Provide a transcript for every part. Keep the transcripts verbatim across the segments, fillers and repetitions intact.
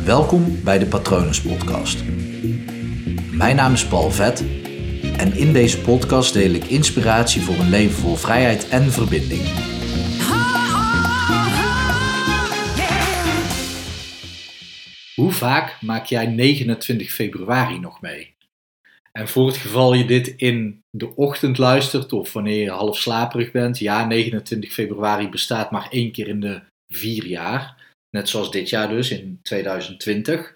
Welkom bij de Patronus Podcast. Mijn naam is Paul Vet en in deze podcast deel ik inspiratie voor een leven vol vrijheid en verbinding. Hoe vaak maak jij negenentwintig februari nog mee? En voor het geval je dit in de ochtend luistert of wanneer je half slaperig bent, ja, negenentwintig februari bestaat maar één keer in de vier jaar. Net zoals dit jaar dus, in tweeduizend twintig.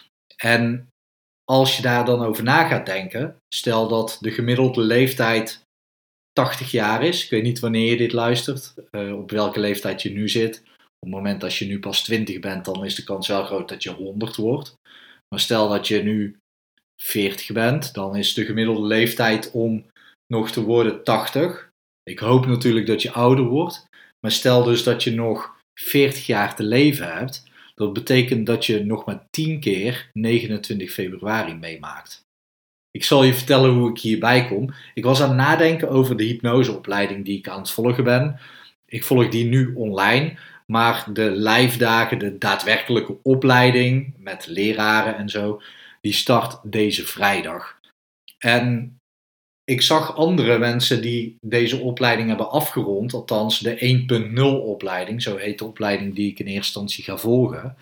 En als je daar dan over na gaat denken, stel dat de gemiddelde leeftijd tachtig jaar is. Ik weet niet wanneer je dit luistert, uh, op welke leeftijd je nu zit. Op het moment dat je nu pas twintig bent, dan is de kans wel groot dat je honderd wordt. Maar stel dat je nu veertig bent, dan is de gemiddelde leeftijd om nog te worden tachtig. Ik hoop natuurlijk dat je ouder wordt. Maar stel dus dat je nog veertig jaar te leven hebt. Dat betekent dat je nog maar tien keer negenentwintig februari meemaakt. Ik zal je vertellen hoe ik hierbij kom. Ik was aan het nadenken over de hypnoseopleiding die ik aan het volgen ben. Ik volg die nu online. Maar de live dagen, de daadwerkelijke opleiding met leraren en zo, die start deze vrijdag. En ik zag andere mensen die deze opleiding hebben afgerond, althans de één punt nul opleiding, zo heet de opleiding die ik in eerste instantie ga volgen.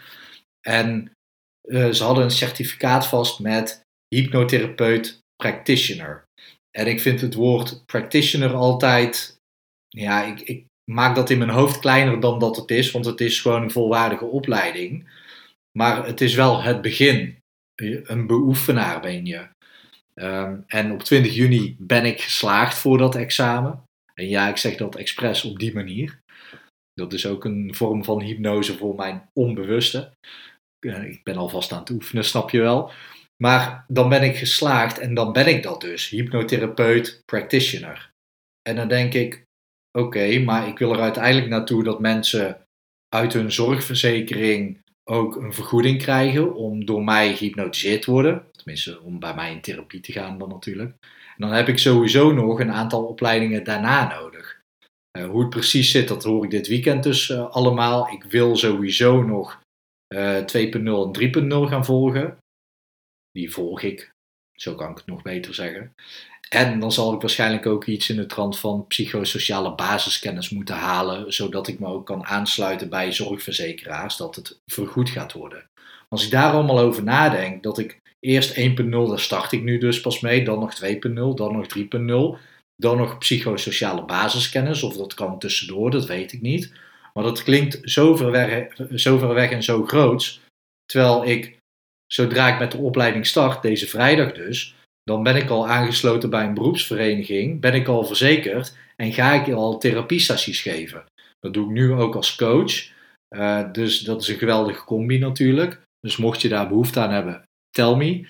En uh, ze hadden een certificaat vast met hypnotherapeut practitioner. En ik vind het woord practitioner altijd, ja, ik, ik maak dat in mijn hoofd kleiner dan dat het is, want het is gewoon een volwaardige opleiding. Maar het is wel het begin. Een beoefenaar ben je. Um, en op twintig juni ben ik geslaagd voor dat examen. En ja, ik zeg dat expres op die manier. Dat is ook een vorm van hypnose voor mijn onbewuste. Uh, ik ben alvast aan het oefenen, snap je wel. Maar dan ben ik geslaagd en dan ben ik dat dus. Hypnotherapeut, practitioner. En dan denk ik, oké, okay, maar ik wil er uiteindelijk naartoe dat mensen uit hun zorgverzekering ook een vergoeding krijgen om door mij gehypnotiseerd te worden. Tenminste, om bij mij in therapie te gaan dan natuurlijk. En dan heb ik sowieso nog een aantal opleidingen daarna nodig. Uh, hoe het precies zit, dat hoor ik dit weekend dus uh, allemaal. Ik wil sowieso nog uh, twee punt nul en drie punt nul gaan volgen. Die volg ik. Zo kan ik het nog beter zeggen. En dan zal ik waarschijnlijk ook iets in de trant van psychosociale basiskennis moeten halen, zodat ik me ook kan aansluiten bij zorgverzekeraars, dat het vergoed gaat worden. Als ik daar allemaal over nadenk, dat ik eerst één punt nul, daar start ik nu dus pas mee, dan nog twee punt nul, dan nog drie punt nul, dan nog psychosociale basiskennis, of dat kan tussendoor, dat weet ik niet. Maar dat klinkt zo ver weg, zo ver weg en zo groots, terwijl ik, zodra ik met de opleiding start, deze vrijdag dus, dan ben ik al aangesloten bij een beroepsvereniging, ben ik al verzekerd en ga ik al therapiesessies geven. Dat doe ik nu ook als coach, uh, dus dat is een geweldige combi natuurlijk. Dus mocht je daar behoefte aan hebben, tell me.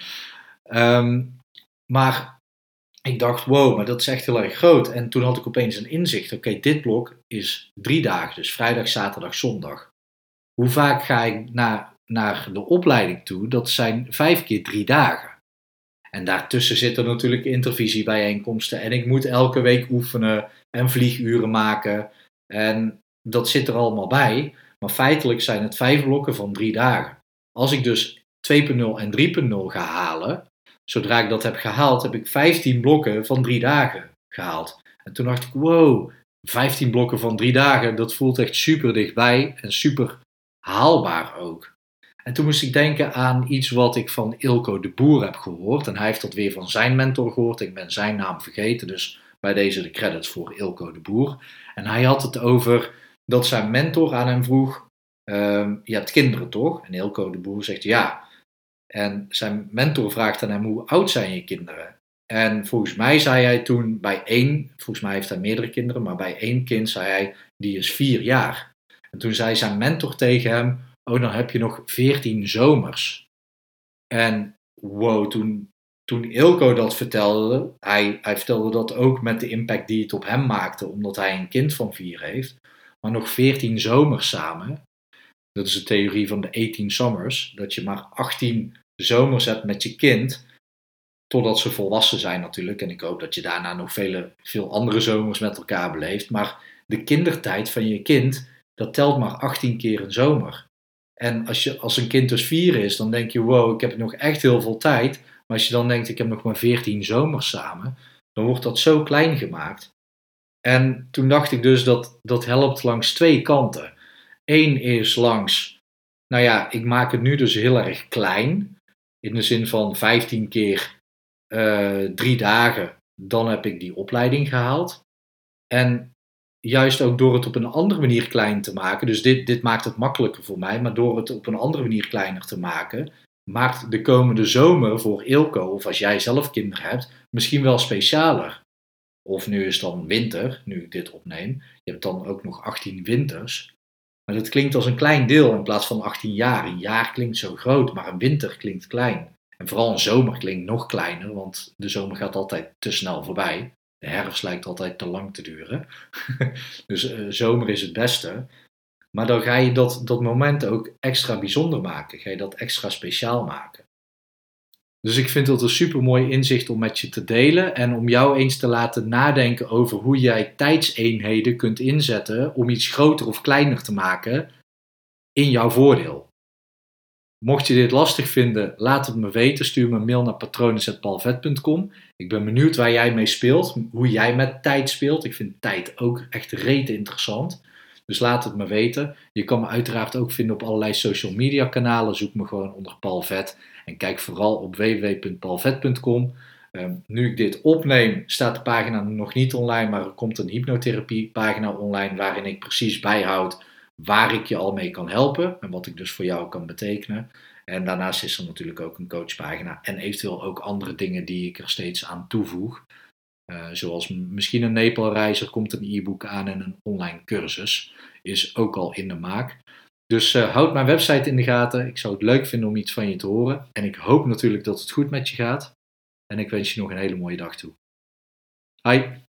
Um, maar ik dacht, wow, maar dat is echt heel erg groot. En toen had ik opeens een inzicht, oké, okay, dit blok is drie dagen, dus vrijdag, zaterdag, zondag. Hoe vaak ga ik naar, naar de opleiding toe? Dat zijn vijf keer drie dagen. En daartussen zitten natuurlijk intervisiebijeenkomsten en ik moet elke week oefenen en vlieguren maken. En dat zit er allemaal bij, maar feitelijk zijn het vijf blokken van drie dagen. Als ik dus twee punt nul en drie punt nul ga halen, zodra ik dat heb gehaald, heb ik vijftien blokken van drie dagen gehaald. En toen dacht ik, wow, vijftien blokken van drie dagen, dat voelt echt super dichtbij en super haalbaar ook. En toen moest ik denken aan iets wat ik van Ilko de Boer heb gehoord. En hij heeft dat weer van zijn mentor gehoord. Ik ben zijn naam vergeten, dus bij deze de credits voor Ilko de Boer. En hij had het over dat zijn mentor aan hem vroeg, uh, je hebt kinderen toch? En Ilko de Boer zegt ja. En zijn mentor vraagt aan hem, hoe oud zijn je kinderen? En volgens mij zei hij toen bij één, volgens mij heeft hij meerdere kinderen, maar bij één kind zei hij, die is vier jaar. En toen zei zijn mentor tegen hem, oh, dan heb je nog veertien zomers. En wow, toen, toen Ilko dat vertelde, hij, hij vertelde dat ook met de impact die het op hem maakte, omdat hij een kind van vier heeft, maar nog veertien zomers samen. Dat is de theorie van de achttien summers, dat je maar achttien zomers hebt met je kind, totdat ze volwassen zijn natuurlijk. En ik hoop dat je daarna nog vele, veel andere zomers met elkaar beleeft. Maar de kindertijd van je kind, dat telt maar achttien keer een zomer. En als, je, als een kind dus vier is, dan denk je, wow, ik heb nog echt heel veel tijd. Maar als je dan denkt, ik heb nog maar veertien zomers samen, dan wordt dat zo klein gemaakt. En toen dacht ik dus dat dat helpt langs twee kanten. Eén is langs, nou ja, ik maak het nu dus heel erg klein. In de zin van vijftien keer uh, drie dagen, dan heb ik die opleiding gehaald. En juist ook door het op een andere manier klein te maken, dus dit, dit maakt het makkelijker voor mij, maar door het op een andere manier kleiner te maken, maakt de komende zomer voor Ilko, of als jij zelf kinderen hebt, misschien wel specialer. Of nu is het dan winter, nu ik dit opneem. Je hebt dan ook nog achttien winters. Maar dat klinkt als een klein deel in plaats van achttien jaar. Een jaar klinkt zo groot, maar een winter klinkt klein. En vooral een zomer klinkt nog kleiner, want de zomer gaat altijd te snel voorbij. De herfst lijkt altijd te lang te duren. Dus uh, zomer is het beste. Maar dan ga je dat, dat moment ook extra bijzonder maken. Ga je dat extra speciaal maken. Dus ik vind dat een super mooi inzicht om met je te delen. En om jou eens te laten nadenken over hoe jij tijdseenheden kunt inzetten om iets groter of kleiner te maken in jouw voordeel. Mocht je dit lastig vinden, laat het me weten. Stuur me een mail naar patronen apenstaartje paul vet punt com. Ik ben benieuwd waar jij mee speelt, hoe jij met tijd speelt. Ik vind tijd ook echt rete interessant. Dus laat het me weten. Je kan me uiteraard ook vinden op allerlei social media kanalen. Zoek me gewoon onder Paul Vet. En kijk vooral op w w w punt paul vet punt com. Um, nu ik dit opneem, staat de pagina nog niet online. Maar er komt een hypnotherapie pagina online waarin ik precies bijhoud waar ik je al mee kan helpen en wat ik dus voor jou kan betekenen. En daarnaast is er natuurlijk ook een coachpagina en eventueel ook andere dingen die ik er steeds aan toevoeg. Uh, zoals misschien een Nepalreis, er komt een e-book aan en een online cursus is ook al in de maak. Dus uh, houd mijn website in de gaten. Ik zou het leuk vinden om iets van je te horen. En ik hoop natuurlijk dat het goed met je gaat. En ik wens je nog een hele mooie dag toe. Hoi!